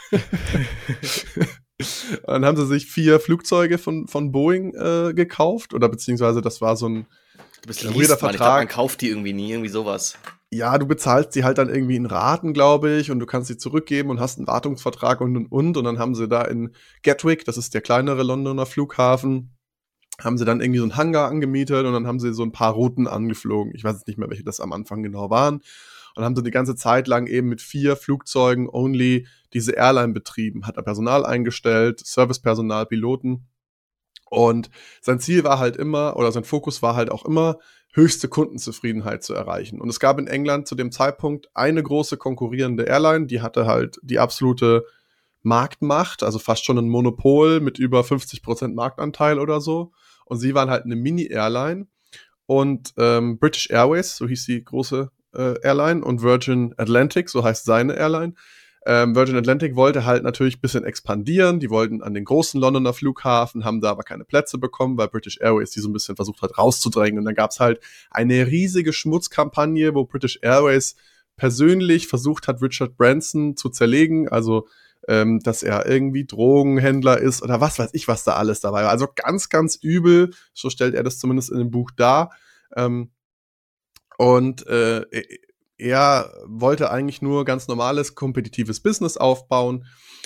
Und dann haben sie sich vier Flugzeuge von, von Boeing äh, gekauft oder beziehungsweise das war so ein Du bist ein Vertrag. Ich glaub, man kauft die irgendwie nie, irgendwie sowas. Ja, du bezahlst die halt dann irgendwie in Raten, glaube ich, und du kannst sie zurückgeben und hast einen Wartungsvertrag und und und. Und dann haben sie da in Gatwick, das ist der kleinere Londoner Flughafen, haben sie dann irgendwie so einen Hangar angemietet und dann haben sie so ein paar Routen angeflogen. Ich weiß jetzt nicht mehr, welche das am Anfang genau waren. Und dann haben sie die ganze Zeit lang eben mit vier Flugzeugen only diese Airline betrieben, hat er Personal eingestellt, Servicepersonal, Piloten. Und sein Ziel war halt immer, oder sein Fokus war halt auch immer, höchste Kundenzufriedenheit zu erreichen. Und es gab in England zu dem Zeitpunkt eine große konkurrierende Airline, die hatte halt die absolute Marktmacht, also fast schon ein Monopol mit über fünfzig Prozent Marktanteil oder so. Und sie waren halt eine Mini-Airline. Und ähm, British Airways, so hieß die große äh, Airline, und Virgin Atlantic, so heißt seine Airline. Ähm, Virgin Atlantic wollte halt natürlich ein bisschen expandieren. Die wollten an den großen Londoner Flughafen, haben da aber keine Plätze bekommen, weil British Airways die so ein bisschen versucht hat rauszudrängen. Und dann gab es halt eine riesige Schmutzkampagne, wo British Airways persönlich versucht hat, Richard Branson zu zerlegen. Also, ähm, dass er irgendwie Drogenhändler ist oder was weiß ich, was da alles dabei war. Also ganz, ganz übel. So stellt er das zumindest in dem Buch dar. Ähm, und äh, er wollte eigentlich nur ganz normales, kompetitives Business aufbauen.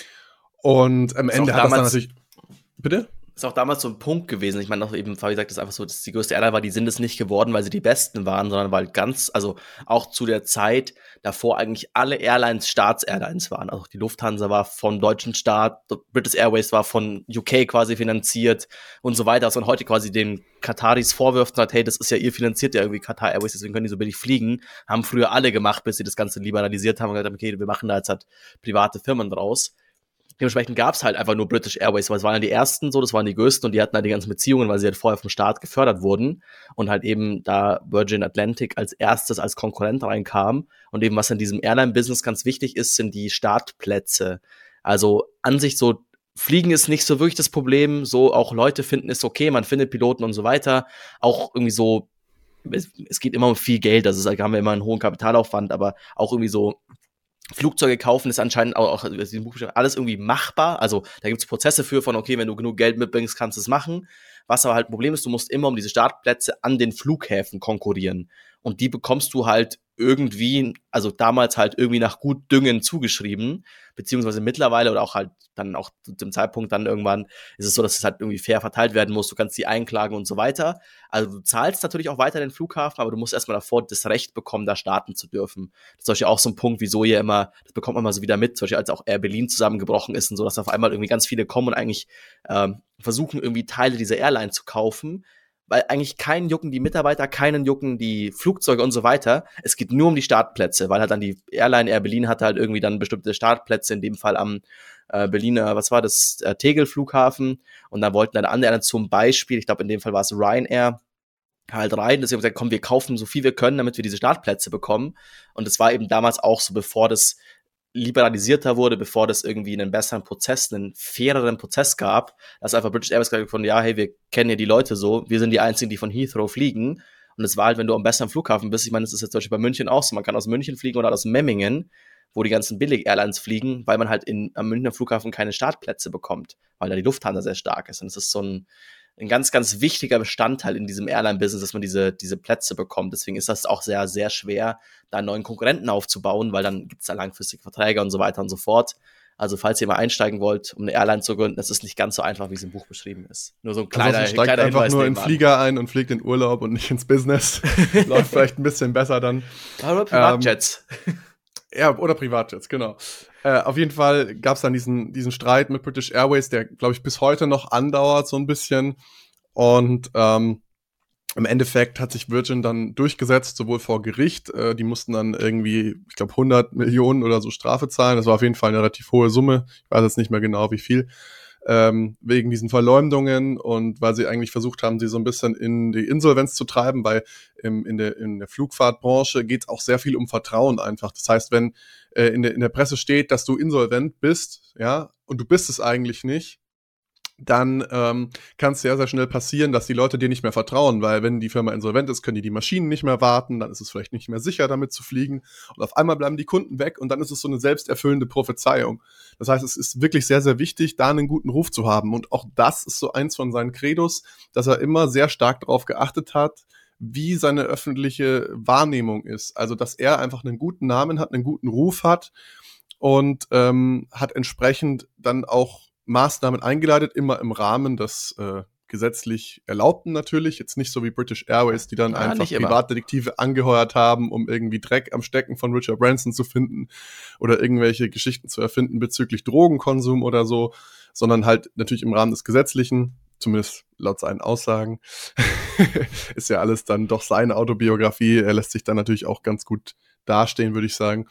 Und am Ende hat das dann natürlich... Bitte? Ist auch damals so ein Punkt gewesen. Ich meine, auch eben, Fabi sagt, das ist einfach so, dass die größte Airline war, die sind es nicht geworden, weil sie die Besten waren, sondern weil ganz, also auch zu der Zeit davor eigentlich alle Airlines Staats-Airlines waren. Also die Lufthansa war vom deutschen Staat, British Airways war von U K quasi finanziert und so weiter. Also man heute quasi den Kataris vorwirft und sagt, hey, das ist ja, ihr finanziert ja irgendwie Qatar Airways, deswegen können die so billig fliegen. Haben früher alle gemacht, bis sie das Ganze liberalisiert haben und gesagt haben, okay, wir machen da jetzt halt private Firmen draus. Dementsprechend gab es halt einfach nur British Airways, weil es waren ja die ersten so, das waren die größten und die hatten halt die ganzen Beziehungen, weil sie halt vorher vom Staat gefördert wurden und halt eben da Virgin Atlantic als erstes als Konkurrent reinkam und eben was in diesem Airline-Business ganz wichtig ist, sind die Startplätze. Also an sich so, Fliegen ist nicht so wirklich das Problem, so auch Leute finden es okay, man findet Piloten und so weiter, auch irgendwie so, es, es geht immer um viel Geld, also da haben wir immer einen hohen Kapitalaufwand, aber auch irgendwie so Flugzeuge kaufen ist anscheinend auch, auch alles irgendwie machbar. Also da gibt es Prozesse für von, okay, wenn du genug Geld mitbringst, kannst du es machen. Was aber halt ein Problem ist, du musst immer um diese Startplätze an den Flughäfen konkurrieren. Und die bekommst du halt irgendwie, also damals halt irgendwie nach Gutdüngen zugeschrieben, beziehungsweise mittlerweile oder auch halt dann auch zu dem Zeitpunkt dann irgendwann ist es so, dass es halt irgendwie fair verteilt werden muss, du kannst die einklagen und so weiter. Also du zahlst natürlich auch weiter den Flughafen, aber du musst erstmal davor das Recht bekommen, da starten zu dürfen. Das ist zum Beispiel auch so ein Punkt, wieso ihr immer, das bekommt man mal so wieder mit, zum Beispiel als auch Air Berlin zusammengebrochen ist und so, dass auf einmal irgendwie ganz viele kommen und eigentlich ähm, versuchen irgendwie Teile dieser Airline zu kaufen, weil eigentlich keinen jucken die Mitarbeiter, keinen jucken die Flugzeuge und so weiter. Es geht nur um die Startplätze, weil halt dann die Airline Air Berlin hatte halt irgendwie dann bestimmte Startplätze, in dem Fall am äh, Berliner, was war das, äh, Tegel-Flughafen. Und da wollten dann andere zum Beispiel, ich glaube in dem Fall war es Ryanair, halt rein, deswegen haben wir gesagt, komm, wir kaufen so viel wir können, damit wir diese Startplätze bekommen. Und das war eben damals auch so, bevor das liberalisierter wurde, bevor das irgendwie einen besseren Prozess, einen faireren Prozess gab, dass einfach British Airways gesagt von, ja, hey, wir kennen ja die Leute so, wir sind die Einzigen, die von Heathrow fliegen. Und es war halt, wenn du am besseren Flughafen bist, ich meine, das ist jetzt zum Beispiel bei München auch so, man kann aus München fliegen oder aus Memmingen, wo die ganzen Billig-Airlines fliegen, weil man halt in, am Münchner Flughafen keine Startplätze bekommt, weil da die Lufthansa sehr stark ist. Und es ist so ein, ein ganz, ganz wichtiger Bestandteil in diesem Airline-Business, dass man diese, diese Plätze bekommt. Deswegen ist das auch sehr, sehr schwer, da einen neuen Konkurrenten aufzubauen, weil dann gibt es da langfristige Verträge und so weiter und so fort. Also falls ihr mal einsteigen wollt, um eine Airline zu gründen, das ist nicht ganz so einfach, wie es im Buch beschrieben ist. Nur so ein kleiner, also steigt kleiner einfach Hinweis nur in den Flieger ein und fliegt in Urlaub und nicht ins Business. Läuft vielleicht ein bisschen besser dann. Aber Privatjets. Ähm, Ja, oder Privatjets, genau. Äh, auf jeden Fall gab es dann diesen, diesen Streit mit British Airways, der, glaube ich, bis heute noch andauert, so ein bisschen. Und ähm, im Endeffekt hat sich Virgin dann durchgesetzt, sowohl vor Gericht, äh, die mussten dann irgendwie, ich glaube, hundert Millionen oder so Strafe zahlen. Das war auf jeden Fall eine relativ hohe Summe. Ich weiß jetzt nicht mehr genau, wie viel. Ähm, wegen diesen Verleumdungen und weil sie eigentlich versucht haben, sie so ein bisschen in die Insolvenz zu treiben, weil im, in, der, in der Flugfahrtbranche geht es auch sehr viel um Vertrauen einfach. Das heißt, wenn äh, in, der, in der Presse steht, dass du insolvent bist, ja, und du bist es eigentlich nicht, dann ähm, kann es sehr, sehr schnell passieren, dass die Leute dir nicht mehr vertrauen, weil wenn die Firma insolvent ist, können die die Maschinen nicht mehr warten, dann ist es vielleicht nicht mehr sicher, damit zu fliegen und auf einmal bleiben die Kunden weg und dann ist es so eine selbsterfüllende Prophezeiung. Das heißt, es ist wirklich sehr, sehr wichtig, da einen guten Ruf zu haben und auch das ist so eins von seinen Credos, dass er immer sehr stark darauf geachtet hat, wie seine öffentliche Wahrnehmung ist. Also, dass er einfach einen guten Namen hat, einen guten Ruf hat und ähm, hat entsprechend dann auch Maßnahmen eingeleitet, immer im Rahmen des äh, gesetzlich Erlaubten natürlich. Jetzt nicht so wie British Airways, die dann Ja, einfach nicht immer. Privatdetektive angeheuert haben, um irgendwie Dreck am Stecken von Richard Branson zu finden oder irgendwelche Geschichten zu erfinden bezüglich Drogenkonsum oder so, sondern halt natürlich im Rahmen des Gesetzlichen, zumindest laut seinen Aussagen. Ist ja alles dann doch seine Autobiografie. Er lässt sich dann natürlich auch ganz gut dastehen, würde ich sagen.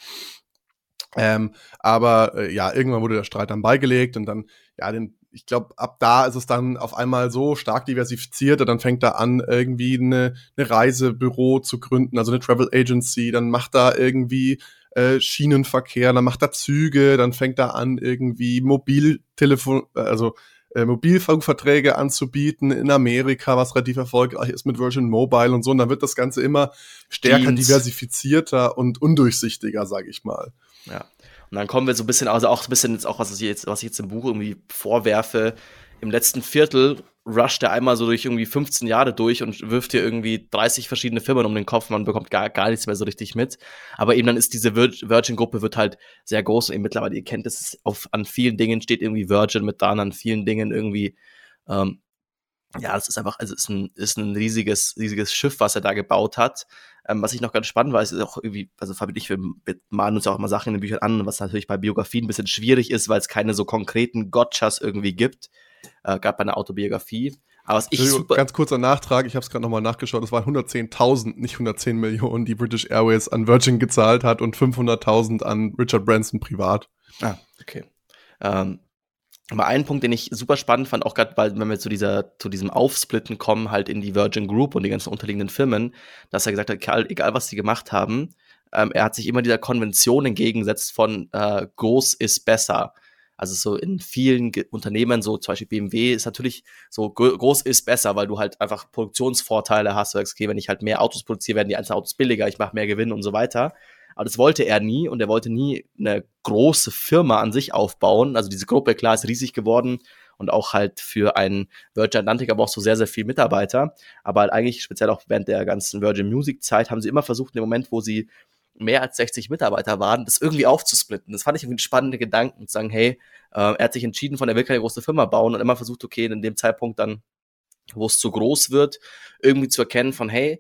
Ähm, aber äh, ja, irgendwann wurde der Streit dann beigelegt und dann, ja, den, ich glaube, ab da ist es dann auf einmal so stark diversifiziert und dann fängt er an, irgendwie eine, eine Reisebüro zu gründen, also eine Travel Agency, dann macht er irgendwie äh, Schienenverkehr, dann macht er Züge, dann fängt er an, irgendwie Mobiltelefon, also äh, Mobilfunkverträge anzubieten in Amerika, was relativ erfolgreich ist mit Virgin Mobile und so. Und dann wird das Ganze immer stärker Dienst. diversifizierter und undurchsichtiger, sage ich mal. Ja. Und dann kommen wir so ein bisschen, also auch ein bisschen jetzt auch, was ich jetzt, was ich jetzt im Buch irgendwie vorwerfe, im letzten Viertel rusht er einmal so durch irgendwie fünfzehn Jahre durch und wirft hier irgendwie dreißig verschiedene Firmen um den Kopf, man bekommt gar, gar nichts mehr so richtig mit. Aber eben dann ist diese Vir- Virgin-Gruppe wird halt sehr groß und eben mittlerweile, ihr kennt es, auf, an vielen Dingen steht irgendwie Virgin mit dran, an vielen Dingen irgendwie, ähm, ja, es ist einfach, also es ist ein, ist ein riesiges, riesiges Schiff, was er da gebaut hat. Ähm, was ich noch ganz spannend war, ist auch irgendwie, also Fabi und ich, wir malen uns auch immer Sachen in den Büchern an, was natürlich bei Biografien ein bisschen schwierig ist, weil es keine so konkreten Gotchas irgendwie gibt. Äh, gab bei einer Autobiografie. Aber was ich super. Ganz kurzer Nachtrag, ich habe es gerade nochmal nachgeschaut, es waren hundertzehntausend, nicht hundertzehn Millionen, die British Airways an Virgin gezahlt hat und fünfhunderttausend an Richard Branson privat. Ah, okay. Ähm, Aber ein Punkt, den ich super spannend fand, auch gerade, weil wenn wir zu dieser, zu diesem Aufsplitten kommen, halt in die Virgin Group und die ganzen unterliegenden Firmen, dass er gesagt hat, egal, egal was sie gemacht haben, ähm, er hat sich immer dieser Konvention entgegengesetzt von äh, groß ist besser. Also so in vielen Ge- Unternehmen, so zum Beispiel B M W, ist natürlich so gro- groß ist besser, weil du halt einfach Produktionsvorteile hast. Du sagst, okay, wenn ich halt mehr Autos produziere, werden die einzelnen Autos billiger, ich mache mehr Gewinn und so weiter. Aber das wollte er nie und er wollte nie eine große Firma an sich aufbauen. Also diese Gruppe, klar, ist riesig geworden und auch halt für einen Virgin Atlantic aber auch so sehr, sehr viele Mitarbeiter. Aber halt eigentlich speziell auch während der ganzen Virgin Music Zeit haben sie immer versucht, in dem Moment, wo sie mehr als sechzig Mitarbeiter waren, das irgendwie aufzusplitten. Das fand ich irgendwie einen spannenden Gedanken, zu sagen, hey, äh, er hat sich entschieden, von der will keine große Firma bauen und immer versucht, okay, in dem Zeitpunkt dann, wo es zu groß wird, irgendwie zu erkennen von, hey,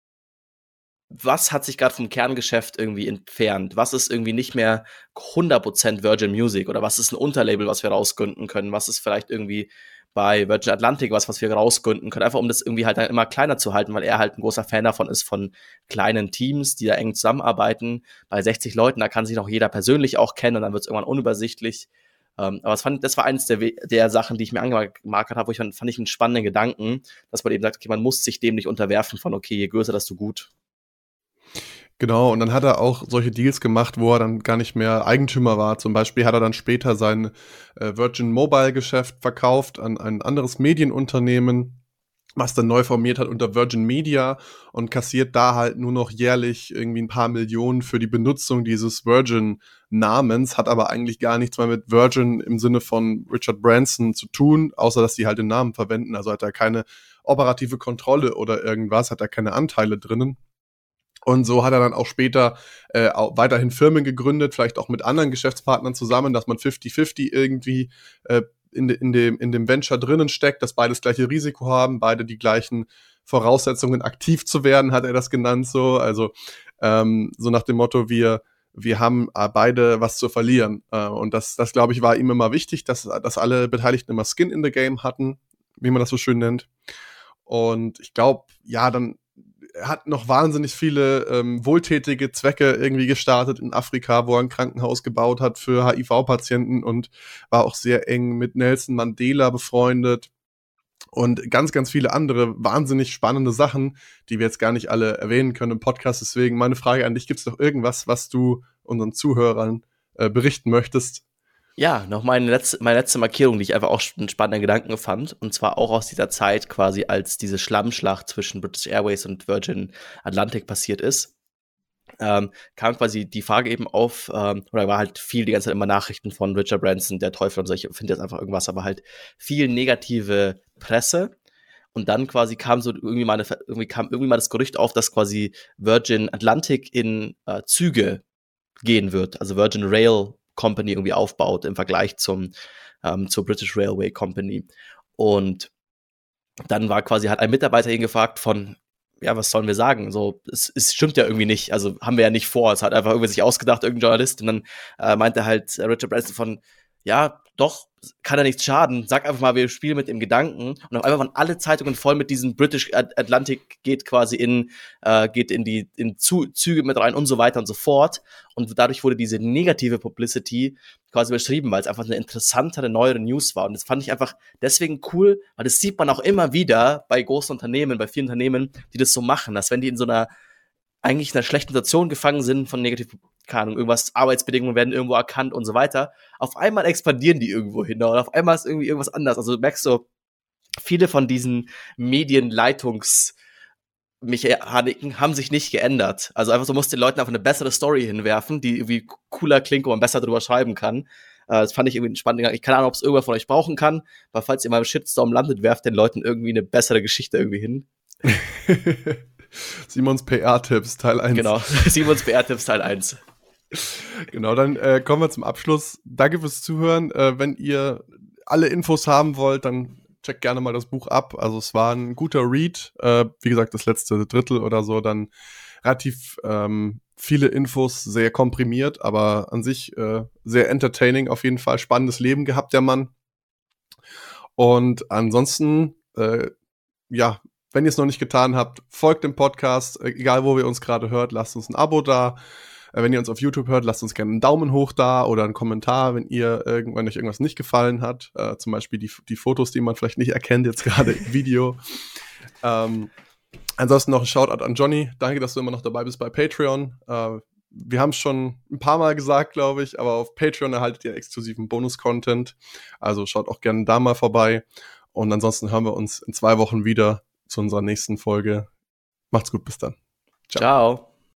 was hat sich gerade vom Kerngeschäft irgendwie entfernt? Was ist irgendwie nicht mehr hundert Prozent Virgin Music? Oder was ist ein Unterlabel, was wir rausgründen können? Was ist vielleicht irgendwie bei Virgin Atlantic was, was wir rausgründen können? Einfach um das irgendwie halt dann immer kleiner zu halten, weil er halt ein großer Fan davon ist, von kleinen Teams, die da eng zusammenarbeiten. Bei sechzig Leuten, da kann sich noch jeder persönlich auch kennen und dann wird es irgendwann unübersichtlich. Ähm, aber das, fand, das war eines der, der Sachen, die ich mir angemarkert habe, wo ich fand, fand ich einen spannenden Gedanken, dass man eben sagt, okay, man muss sich dem nicht unterwerfen von, okay, je größer, desto gut. Genau, und dann hat er auch solche Deals gemacht, wo er dann gar nicht mehr Eigentümer war. Zum Beispiel hat er dann später sein äh, Virgin Mobile Geschäft verkauft an ein anderes Medienunternehmen, was dann neu formiert hat unter Virgin Media und kassiert da halt nur noch jährlich irgendwie ein paar Millionen für die Benutzung dieses Virgin-Namens, hat aber eigentlich gar nichts mehr mit Virgin im Sinne von Richard Branson zu tun, außer dass die halt den Namen verwenden. Also hat er keine operative Kontrolle oder irgendwas, hat er keine Anteile drinnen. Und so hat er dann auch später äh, auch weiterhin Firmen gegründet, vielleicht auch mit anderen Geschäftspartnern zusammen, dass man fünfzig fünfzig irgendwie äh, in, de, in, dem, in dem Venture drinnen steckt, dass beide das gleiche Risiko haben, beide die gleichen Voraussetzungen, aktiv zu werden, hat er das genannt so. Also ähm, so nach dem Motto, wir wir haben äh, beide was zu verlieren. Äh, und das, das glaube ich, war ihm immer wichtig, dass, dass alle Beteiligten immer Skin in the Game hatten, wie man das so schön nennt. Und ich glaube, ja, dann er hat noch wahnsinnig viele ähm, wohltätige Zwecke irgendwie gestartet in Afrika, wo er ein Krankenhaus gebaut hat für H I V-Patienten und war auch sehr eng mit Nelson Mandela befreundet und ganz, ganz viele andere wahnsinnig spannende Sachen, die wir jetzt gar nicht alle erwähnen können im Podcast. Deswegen meine Frage an dich, gibt es noch irgendwas, was du unseren Zuhörern äh, berichten möchtest? Ja, noch meine letzte, meine letzte Markierung, die ich einfach auch einen spannenden Gedanken fand. Und zwar auch aus dieser Zeit quasi, als diese Schlammschlacht zwischen British Airways und Virgin Atlantic passiert ist. Ähm, kam quasi die Frage eben auf, ähm, oder war halt viel die ganze Zeit immer Nachrichten von Richard Branson, der Teufel und so, ich finde jetzt einfach irgendwas, aber halt viel negative Presse. Und dann quasi kam so irgendwie mal, eine, irgendwie kam irgendwie mal das Gerücht auf, dass quasi Virgin Atlantic in äh, Züge gehen wird, also Virgin Rail Company irgendwie aufbaut im Vergleich zum ähm, zur British Railway Company. Und dann war quasi, hat ein Mitarbeiter ihn gefragt von, ja, was sollen wir sagen? So, es, es stimmt ja irgendwie nicht, also haben wir ja nicht vor, es hat einfach irgendwie sich ausgedacht, irgendein Journalist, und dann äh, meinte halt äh, Richard Branson von, ja, doch, kann ja nichts schaden, sag einfach mal, wir spielen mit dem Gedanken, und auf einmal waren alle Zeitungen voll mit diesem British Atlantic geht quasi in, äh, geht in die in Zu- Züge mit rein und so weiter und so fort, und dadurch wurde diese negative Publicity quasi beschrieben, weil es einfach eine interessantere, neuere News war, und das fand ich einfach deswegen cool, weil das sieht man auch immer wieder bei großen Unternehmen, bei vielen Unternehmen, die das so machen, dass wenn die in so einer eigentlich in einer schlechten Situation gefangen sind von negativ, keine Ahnung, irgendwas, Arbeitsbedingungen werden irgendwo erkannt und so weiter, auf einmal expandieren die irgendwo hin und auf einmal ist irgendwie irgendwas anders. Also du merkst so, viele von diesen Medienleitungsmechaniken haben sich nicht geändert. Also einfach so, musst den Leuten einfach eine bessere Story hinwerfen, die irgendwie cooler klingt, wo man besser drüber schreiben kann. Äh, das fand ich irgendwie ein spannender Gang. Ich keine Ahnung, ob es irgendwer von euch brauchen kann, weil falls ihr mal im Shitstorm landet, werft den Leuten irgendwie eine bessere Geschichte irgendwie hin. Simons P R-Tipps, Teil eins. Genau, Simons P R-Tipps, Teil eins. Genau, dann äh, kommen wir zum Abschluss. Danke fürs Zuhören. Äh, wenn ihr alle Infos haben wollt, dann checkt gerne mal das Buch ab. Also es war ein guter Read. Äh, wie gesagt, das letzte Drittel oder so, dann relativ ähm, viele Infos, sehr komprimiert, aber an sich äh, sehr entertaining auf jeden Fall. Spannendes Leben gehabt, der Mann. Und ansonsten, äh, ja, wenn ihr es noch nicht getan habt, folgt dem Podcast, egal wo ihr uns gerade hört, lasst uns ein Abo da. Wenn ihr uns auf YouTube hört, lasst uns gerne einen Daumen hoch da oder einen Kommentar, wenn ihr irgendwann euch irgendwas nicht gefallen hat. Äh, zum Beispiel die, die Fotos, die man vielleicht nicht erkennt, jetzt gerade im Video. ähm, ansonsten noch ein Shoutout an Johnny. Danke, dass du immer noch dabei bist bei Patreon. Äh, wir haben es schon ein paar Mal gesagt, glaube ich, aber auf Patreon erhaltet ihr exklusiven Bonus-Content. Also schaut auch gerne da mal vorbei. Und ansonsten hören wir uns in zwei Wochen wieder zu unserer nächsten Folge. Macht's gut, bis dann. Ciao. Ciao.